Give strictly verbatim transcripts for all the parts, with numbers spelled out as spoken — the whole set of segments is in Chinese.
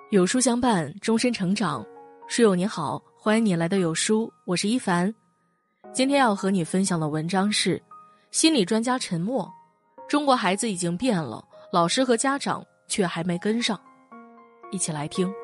有书相伴，终身成长。书友你好，欢迎你来到有书，我是一凡。今天要和你分享的文章是心理专家沉默，中国孩子已经变了，老师和家长却还没跟上。一起来听。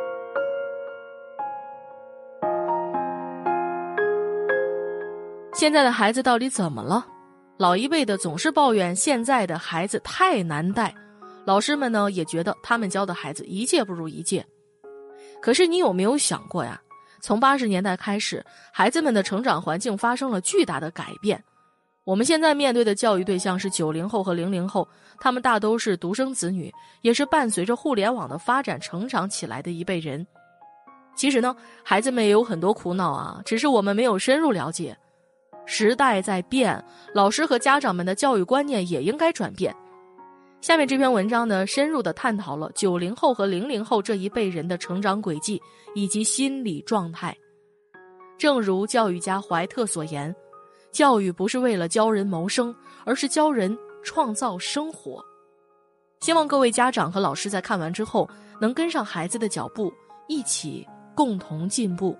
现在的孩子到底怎么了？老一辈的总是抱怨现在的孩子太难带，老师们呢也觉得他们教的孩子一届不如一届。可是你有没有想过呀，从八十年代开始，孩子们的成长环境发生了巨大的改变。我们现在面对的教育对象是九零后和零零后，他们大都是独生子女，也是伴随着互联网的发展成长起来的一辈人。其实呢，孩子们也有很多苦恼啊，只是我们没有深入了解。时代在变，老师和家长们的教育观念也应该转变。下面这篇文章呢，深入地探讨了九零后和零零后这一辈人的成长轨迹以及心理状态。正如教育家怀特所言，教育不是为了教人谋生，而是教人创造生活。希望各位家长和老师在看完之后，能跟上孩子的脚步，一起共同进步。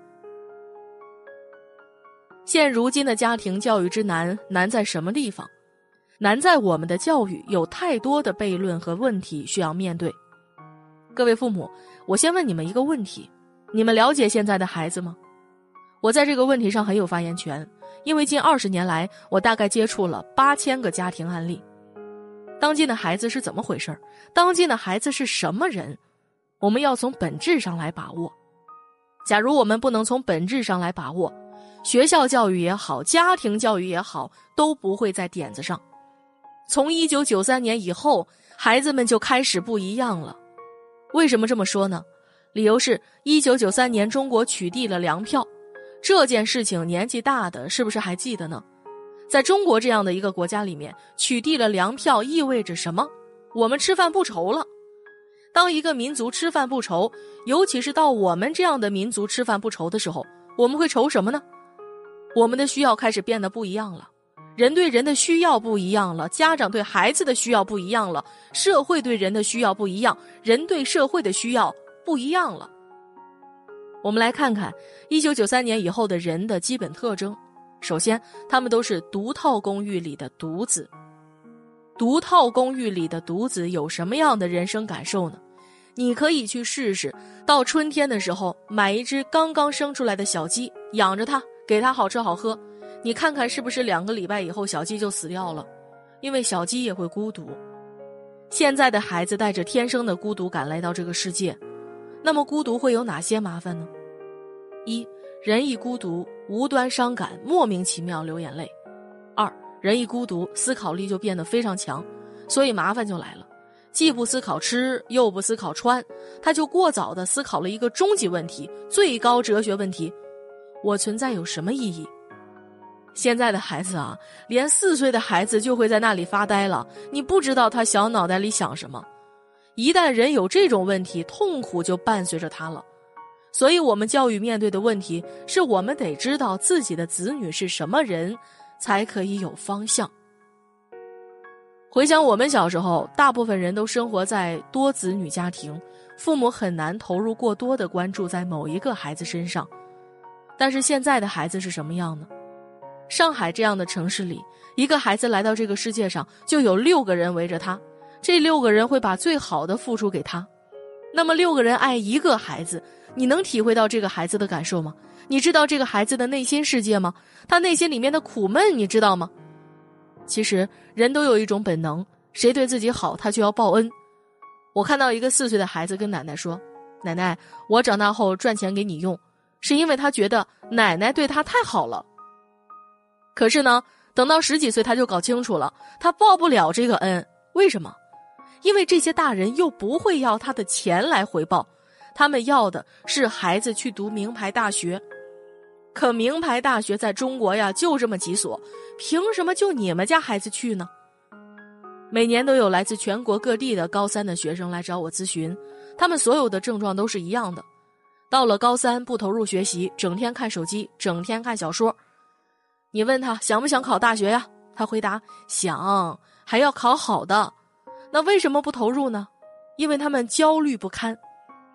现如今的家庭教育之难，难在什么地方？难在我们的教育有太多的悖论和问题需要面对。各位父母，我先问你们一个问题，你们了解现在的孩子吗？我在这个问题上很有发言权，因为近二十年来，我大概接触了八千个家庭案例。当今的孩子是怎么回事？当今的孩子是什么人？我们要从本质上来把握。假如我们不能从本质上来把握，学校教育也好，家庭教育也好，都不会在点子上。从一九九三年以后，孩子们就开始不一样了。为什么这么说呢？理由是一九九三年中国取缔了粮票，这件事情年纪大的是不是还记得呢？在中国这样的一个国家里面，取缔了粮票意味着什么？我们吃饭不愁了。当一个民族吃饭不愁，尤其是到我们这样的民族吃饭不愁的时候，我们会愁什么呢？我们的需要开始变得不一样了，人对人的需要不一样了，家长对孩子的需要不一样了，社会对人的需要不一样，人对社会的需要不一样了。我们来看看一九九三年以后的人的基本特征。首先，他们都是独套公寓里的独子。独套公寓里的独子有什么样的人生感受呢？你可以去试试，到春天的时候买一只刚刚生出来的小鸡，养着它，给它好吃好喝，你看看是不是两个礼拜以后小鸡就死掉了？因为小鸡也会孤独。现在的孩子带着天生的孤独感来到这个世界，那么孤独会有哪些麻烦呢？一，人一孤独，无端伤感，莫名其妙流眼泪。二，人一孤独，思考力就变得非常强，所以麻烦就来了。既不思考吃，又不思考穿，他就过早地思考了一个终极问题，最高哲学问题：我存在有什么意义？现在的孩子啊，连四岁的孩子就会在那里发呆了，你不知道他小脑袋里想什么。一旦人有这种问题，痛苦就伴随着他了。所以我们教育面对的问题，是我们得知道自己的子女是什么人，才可以有方向。回想我们小时候，大部分人都生活在多子女家庭，父母很难投入过多的关注在某一个孩子身上。但是现在的孩子是什么样呢？上海这样的城市里，一个孩子来到这个世界上，就有六个人围着他，这六个人会把最好的付出给他。那么六个人爱一个孩子，你能体会到这个孩子的感受吗？你知道这个孩子的内心世界吗？他内心里面的苦闷你知道吗？其实人都有一种本能，谁对自己好他就要报恩。我看到一个四岁的孩子跟奶奶说，奶奶，我长大后赚钱给你用，是因为他觉得奶奶对他太好了。可是呢，等到十几岁他就搞清楚了，他报不了这个恩。为什么？因为这些大人又不会要他的钱来回报，他们要的是孩子去读名牌大学。可名牌大学在中国呀，就这么几所，凭什么就你们家孩子去呢？每年都有来自全国各地的高三的学生来找我咨询，他们所有的症状都是一样的。到了高三不投入学习，整天看手机，整天看小说。你问他想不想考大学呀？他回答想，还要考好的。那为什么不投入呢？因为他们焦虑不堪。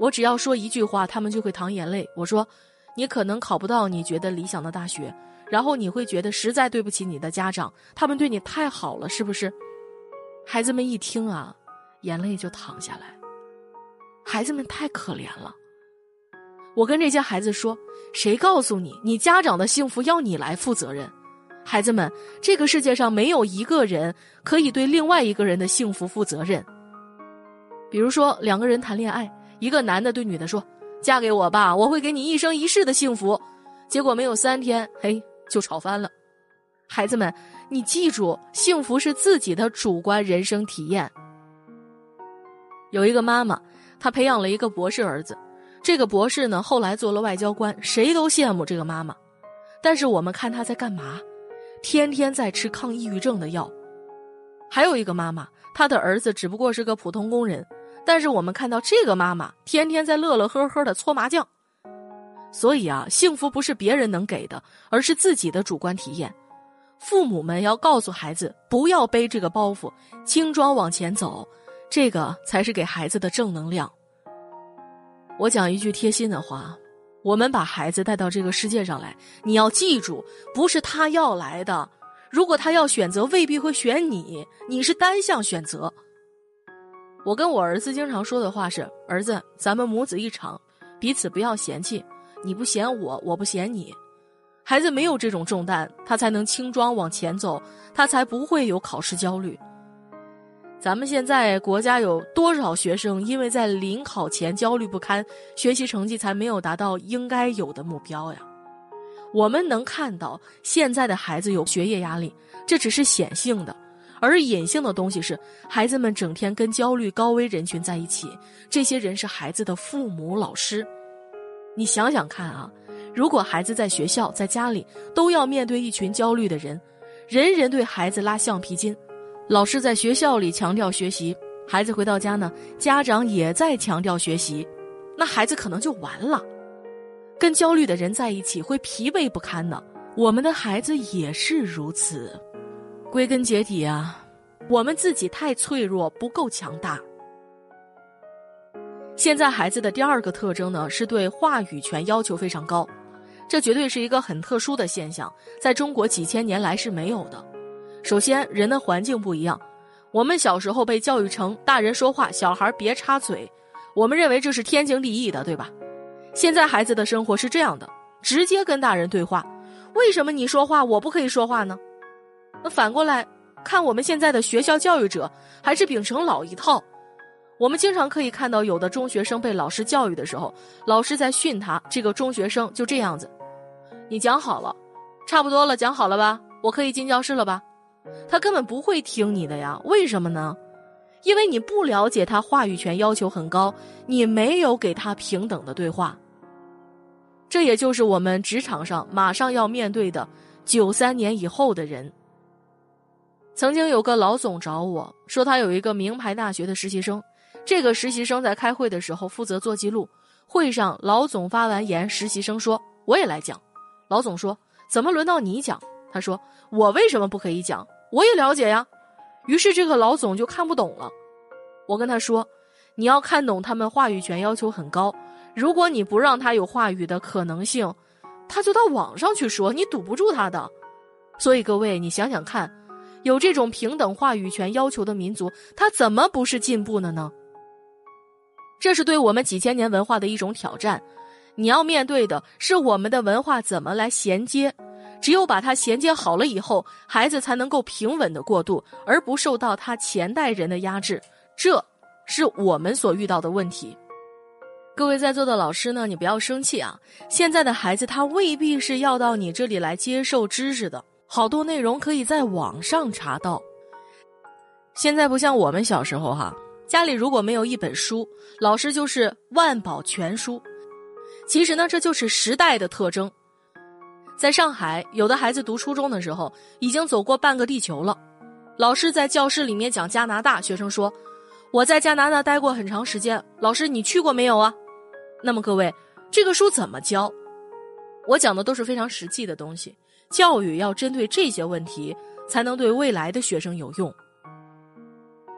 我只要说一句话，他们就会淌眼泪。我说，你可能考不到你觉得理想的大学，然后你会觉得实在对不起你的家长，他们对你太好了，是不是？孩子们一听啊，眼泪就淌下来。孩子们太可怜了。我跟这些孩子说，谁告诉你，你家长的幸福要你来负责任？孩子们，这个世界上没有一个人可以对另外一个人的幸福负责任。比如说，两个人谈恋爱，一个男的对女的说，嫁给我吧，我会给你一生一世的幸福。结果没有三天，嘿，就吵翻了。孩子们，你记住，幸福是自己的主观人生体验。有一个妈妈，她培养了一个博士儿子，这个博士呢，后来做了外交官，谁都羡慕这个妈妈。但是我们看她在干嘛？天天在吃抗抑郁症的药。还有一个妈妈，她的儿子只不过是个普通工人，但是我们看到这个妈妈天天在乐乐呵呵的搓麻将。所以啊，幸福不是别人能给的，而是自己的主观体验。父母们要告诉孩子，不要背这个包袱，轻装往前走，这个才是给孩子的正能量。我讲一句贴心的话，我们把孩子带到这个世界上来，你要记住，不是他要来的。如果他要选择，未必会选你，你是单向选择。我跟我儿子经常说的话是，儿子，咱们母子一场，彼此不要嫌弃，你不嫌我，我不嫌你。孩子没有这种重担，他才能轻装往前走，他才不会有考试焦虑。咱们现在国家有多少学生因为在临考前焦虑不堪，学习成绩才没有达到应该有的目标呀？我们能看到现在的孩子有学业压力，这只是显性的，而隐性的东西是孩子们整天跟焦虑高危人群在一起，这些人是孩子的父母老师。你想想看啊，如果孩子在学校在家里都要面对一群焦虑的人，人人对孩子拉橡皮筋，老师在学校里强调学习，孩子回到家呢，家长也在强调学习，那孩子可能就完了。跟焦虑的人在一起会疲惫不堪的，我们的孩子也是如此。归根结底啊，我们自己太脆弱，不够强大。现在孩子的第二个特征呢，是对话语权要求非常高，这绝对是一个很特殊的现象，在中国几千年来是没有的。首先，人的环境不一样，我们小时候被教育成大人说话，小孩别插嘴，我们认为这是天经地义的，对吧？现在孩子的生活是这样的，直接跟大人对话，为什么你说话我不可以说话呢？那反过来看，我们现在的学校教育者还是秉承老一套。我们经常可以看到有的中学生被老师教育的时候，老师在训他，这个中学生就这样子，你讲好了，差不多了，讲好了吧，我可以进教室了吧？他根本不会听你的呀，为什么呢？因为你不了解他话语权要求很高，你没有给他平等的对话。这也就是我们职场上马上要面对的九三年以后的人。曾经有个老总找我说，他有一个名牌大学的实习生，这个实习生在开会的时候负责做记录，会上老总发完言，实习生说我也来讲。老总说怎么轮到你讲？他说我为什么不可以讲？我也了解呀。于是这个老总就看不懂了。我跟他说，你要看懂他们话语权要求很高，如果你不让他有话语的可能性，他就到网上去说，你堵不住他的。所以各位，你想想看，有这种平等话语权要求的民族，他怎么不是进步了呢？这是对我们几千年文化的一种挑战，你要面对的是我们的文化怎么来衔接，只有把它衔接好了以后，孩子才能够平稳的过渡，而不受到他前代人的压制，这是我们所遇到的问题。各位在座的老师呢，你不要生气啊，现在的孩子他未必是要到你这里来接受知识的，好多内容可以在网上查到。现在不像我们小时候哈，家里如果没有一本书，老师就是万宝全书。其实呢，这就是时代的特征。在上海，有的孩子读初中的时候已经走过半个地球了。老师在教室里面讲加拿大，学生说我在加拿大待过很长时间，老师你去过没有啊？那么各位，这个书怎么教？我讲的都是非常实际的东西，教育要针对这些问题，才能对未来的学生有用。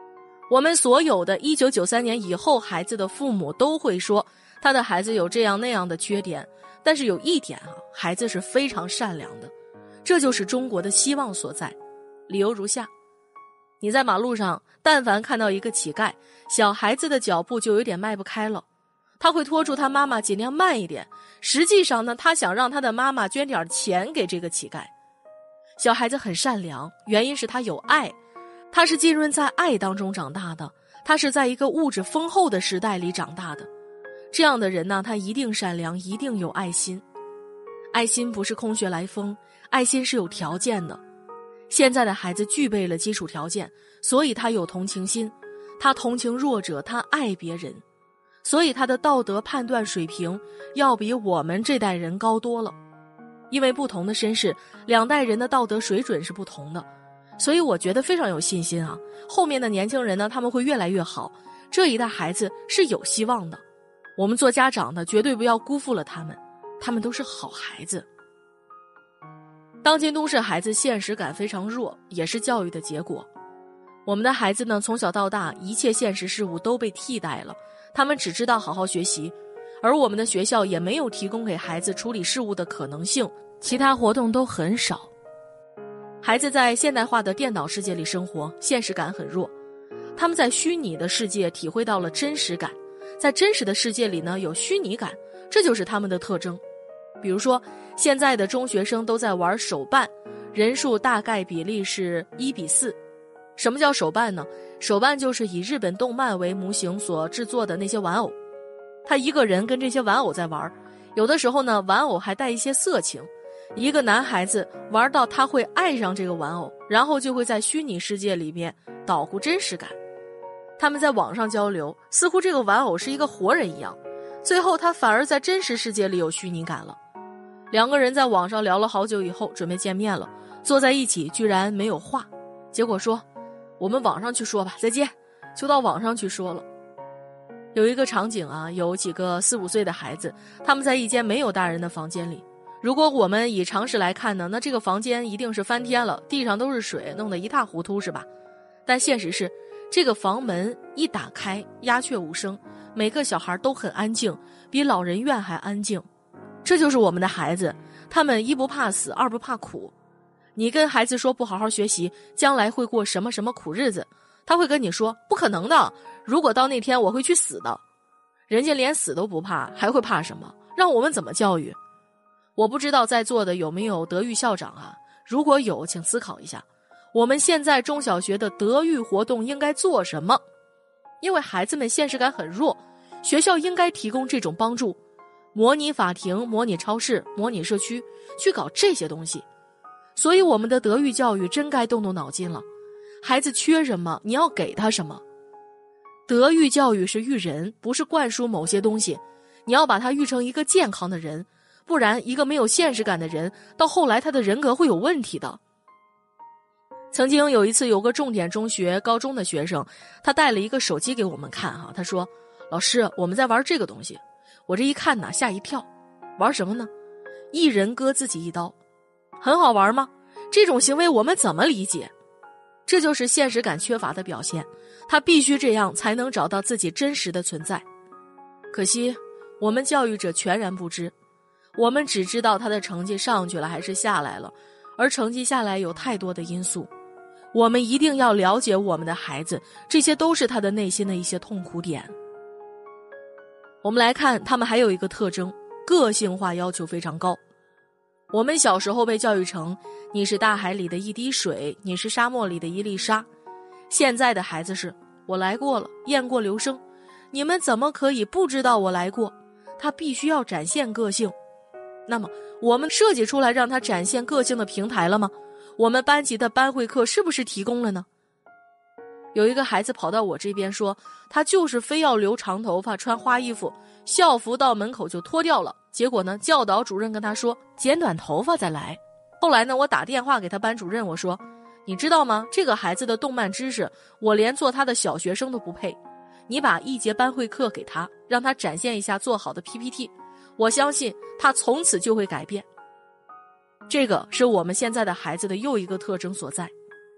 我们所有的一九九三年以后孩子的父母都会说他的孩子有这样那样的缺点，但是有一点啊，孩子是非常善良的，这就是中国的希望所在。理由如下：你在马路上但凡看到一个乞丐，小孩子的脚步就有点迈不开了，他会拖住他妈妈尽量慢一点，实际上呢，他想让他的妈妈捐点钱给这个乞丐。小孩子很善良，原因是他有爱，他是浸润在爱当中长大的，他是在一个物质丰厚的时代里长大的。这样的人呢，他一定善良，一定有爱心。爱心不是空穴来风，爱心是有条件的。现在的孩子具备了基础条件，所以他有同情心，他同情弱者，他爱别人，所以他的道德判断水平要比我们这代人高多了。因为不同的身世，两代人的道德水准是不同的，所以我觉得非常有信心啊。后面的年轻人呢，他们会越来越好，这一代孩子是有希望的。我们做家长的绝对不要辜负了他们，他们都是好孩子。当今都市孩子现实感非常弱，也是教育的结果。我们的孩子呢，从小到大一切现实事物都被替代了，他们只知道好好学习，而我们的学校也没有提供给孩子处理事物的可能性，其他活动都很少。孩子在现代化的电脑世界里生活，现实感很弱，他们在虚拟的世界体会到了真实感，在真实的世界里呢有虚拟感，这就是他们的特征。比如说现在的中学生都在玩手办，人数大概比例是一比四。什么叫手办呢？手办就是以日本动漫为模型所制作的那些玩偶，他一个人跟这些玩偶在玩，有的时候呢玩偶还带一些色情，一个男孩子玩到他会爱上这个玩偶，然后就会在虚拟世界里面捣鼓真实感。他们在网上交流，似乎这个玩偶是一个活人一样，最后他反而在真实世界里有虚拟感了。两个人在网上聊了好久以后准备见面了，坐在一起居然没有话，结果说我们网上去说吧，再见，就到网上去说了。有一个场景啊，有几个四五岁的孩子，他们在一间没有大人的房间里。如果我们以常识来看呢，那这个房间一定是翻天了，地上都是水，弄得一塌糊涂，是吧？但现实是，这个房门一打开，鸦雀无声，每个小孩都很安静，比老人院还安静。这就是我们的孩子，他们一不怕死，二不怕苦。你跟孩子说不好好学习，将来会过什么什么苦日子，他会跟你说不可能的，如果到那天我会去死的。人家连死都不怕，还会怕什么？让我们怎么教育？我不知道在座的有没有德育校长啊？如果有，请思考一下，我们现在中小学的德育活动应该做什么？因为孩子们现实感很弱，学校应该提供这种帮助，模拟法庭，模拟超市，模拟社区，去搞这些东西。所以我们的德育教育真该动动脑筋了，孩子缺什么，你要给他什么。德育教育是育人，不是灌输某些东西，你要把他育成一个健康的人，不然一个没有现实感的人，到后来他的人格会有问题的。曾经有一次，有个重点中学高中的学生，他带了一个手机给我们看哈，他说老师，我们在玩这个东西。我这一看呐，吓一跳，玩什么呢？一人割自己一刀。很好玩吗？这种行为我们怎么理解？这就是现实感缺乏的表现，他必须这样才能找到自己真实的存在。可惜我们教育者全然不知，我们只知道他的成绩上去了还是下来了，而成绩下来有太多的因素，我们一定要了解我们的孩子，这些都是他的内心的一些痛苦点。我们来看他们还有一个特征，个性化要求非常高。我们小时候被教育成你是大海里的一滴水，你是沙漠里的一粒沙，现在的孩子是我来过了，雁过留声，你们怎么可以不知道我来过？他必须要展现个性。那么我们设计出来让他展现个性的平台了吗？我们班级的班会课是不是提供了呢？有一个孩子跑到我这边说，他就是非要留长头发，穿花衣服，校服到门口就脱掉了，结果呢，教导主任跟他说剪短头发再来。后来呢，我打电话给他班主任，我说你知道吗，这个孩子的动漫知识我连做他的小学生都不配，你把一节班会课给他，让他展现一下做好的 P P T， 我相信他从此就会改变。这个是我们现在的孩子的又一个特征所在。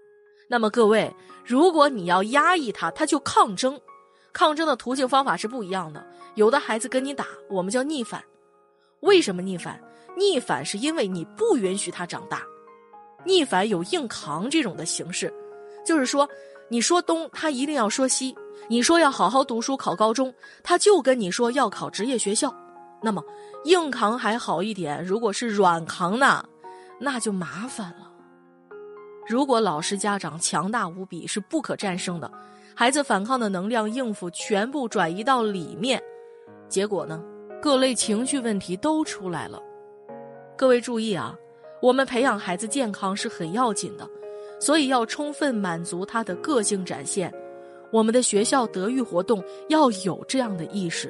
那么各位，如果你要压抑他，他就抗争。抗争的途径方法是不一样的，有的孩子跟你打，我们叫逆反。为什么逆反？逆反是因为你不允许他长大。逆反有硬扛这种的形式，就是说你说东他一定要说西，你说要好好读书考高中，他就跟你说要考职业学校。那么硬扛还好一点，如果是软扛呢，那就麻烦了。如果老师家长强大无比，是不可战胜的，孩子反抗的能量应付全部转移到里面，结果呢，各类情绪问题都出来了。各位注意啊，我们培养孩子健康是很要紧的，所以要充分满足他的个性展现。我们的学校德育活动要有这样的意识。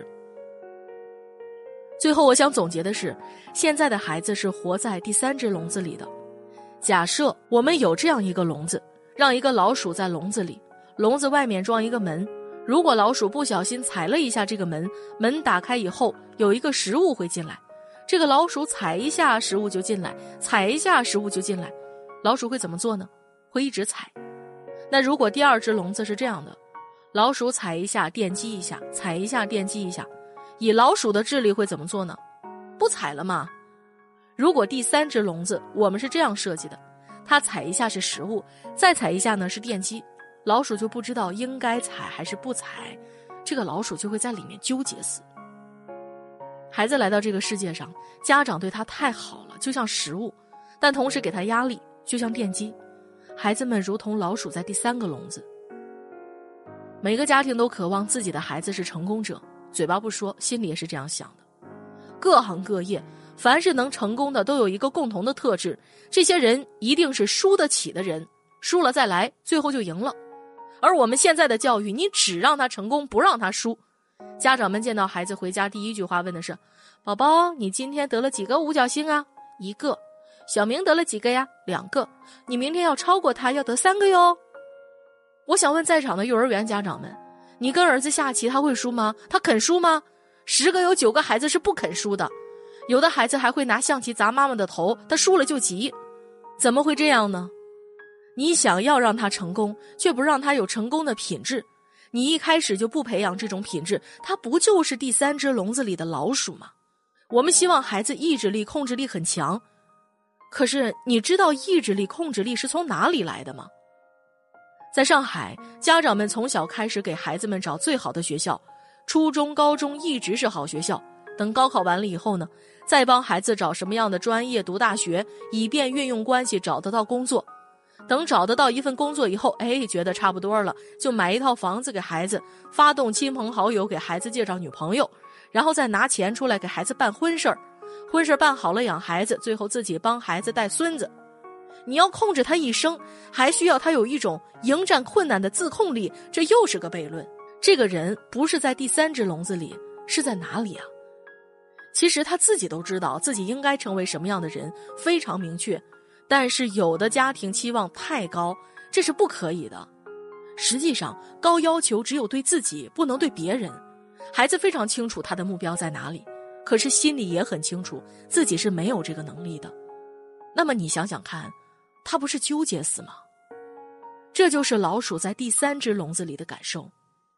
最后我想总结的是，现在的孩子是活在第三只笼子里的。假设我们有这样一个笼子，让一个老鼠在笼子里，笼子外面装一个门，如果老鼠不小心踩了一下这个门，门打开以后有一个食物会进来，这个老鼠踩一下食物就进来，踩一下食物就进来，老鼠会怎么做呢？会一直踩。那如果第二只笼子是这样的，老鼠踩一下电击一下，踩一下电击一下，以老鼠的智力会怎么做呢？不踩了嘛。如果第三只笼子我们是这样设计的，它踩一下是食物，再踩一下呢是电击，老鼠就不知道应该踩还是不踩，这个老鼠就会在里面纠结死。孩子来到这个世界上，家长对他太好了，就像食物，但同时给他压力，就像电击。孩子们如同老鼠在第三个笼子。每个家庭都渴望自己的孩子是成功者，嘴巴不说，心里也是这样想的。各行各业，凡是能成功的都有一个共同的特质，这些人一定是输得起的人，输了再来，最后就赢了。而我们现在的教育，你只让他成功，不让他输。家长们见到孩子回家，第一句话问的是：宝宝，你今天得了几个五角星啊？一个。小明得了几个呀？两个。你明天要超过他，要得三个哟。我想问在场的幼儿园家长们，你跟儿子下棋他会输吗？他肯输吗？十个有九个孩子是不肯输的，有的孩子还会拿象棋砸妈妈的头，他输了就急。怎么会这样呢？你想要让他成功，却不让他有成功的品质，你一开始就不培养这种品质，他不就是第三只笼子里的老鼠吗？我们希望孩子意志力控制力很强，可是你知道意志力控制力是从哪里来的吗？在上海，家长们从小开始给孩子们找最好的学校，初中高中一直是好学校，等高考完了以后呢，再帮孩子找什么样的专业读大学，以便运用关系找得到工作。等找得到一份工作以后，哎，觉得差不多了，就买一套房子给孩子，发动亲朋好友给孩子介绍女朋友，然后再拿钱出来给孩子办婚事儿，婚事办好了养孩子，最后自己帮孩子带孙子。你要控制他一生，还需要他有一种迎战困难的自控力，这又是个悖论。这个人不是在第三只笼子里，是在哪里啊？其实他自己都知道自己应该成为什么样的人，非常明确，但是有的家庭期望太高，这是不可以的。实际上高要求只有对自己，不能对别人。孩子非常清楚他的目标在哪里，可是心里也很清楚自己是没有这个能力的。那么你想想看，他不是纠结死吗？这就是老鼠在第三只笼子里的感受。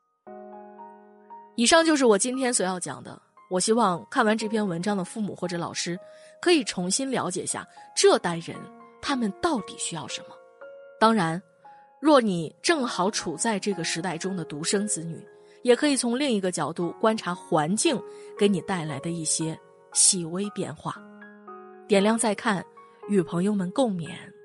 以上就是我今天所要讲的，我希望看完这篇文章的父母或者老师可以重新了解下这代人他们到底需要什么。当然，若你正好处在这个时代中的独生子女，也可以从另一个角度观察环境给你带来的一些细微变化。点亮再看，与朋友们共勉。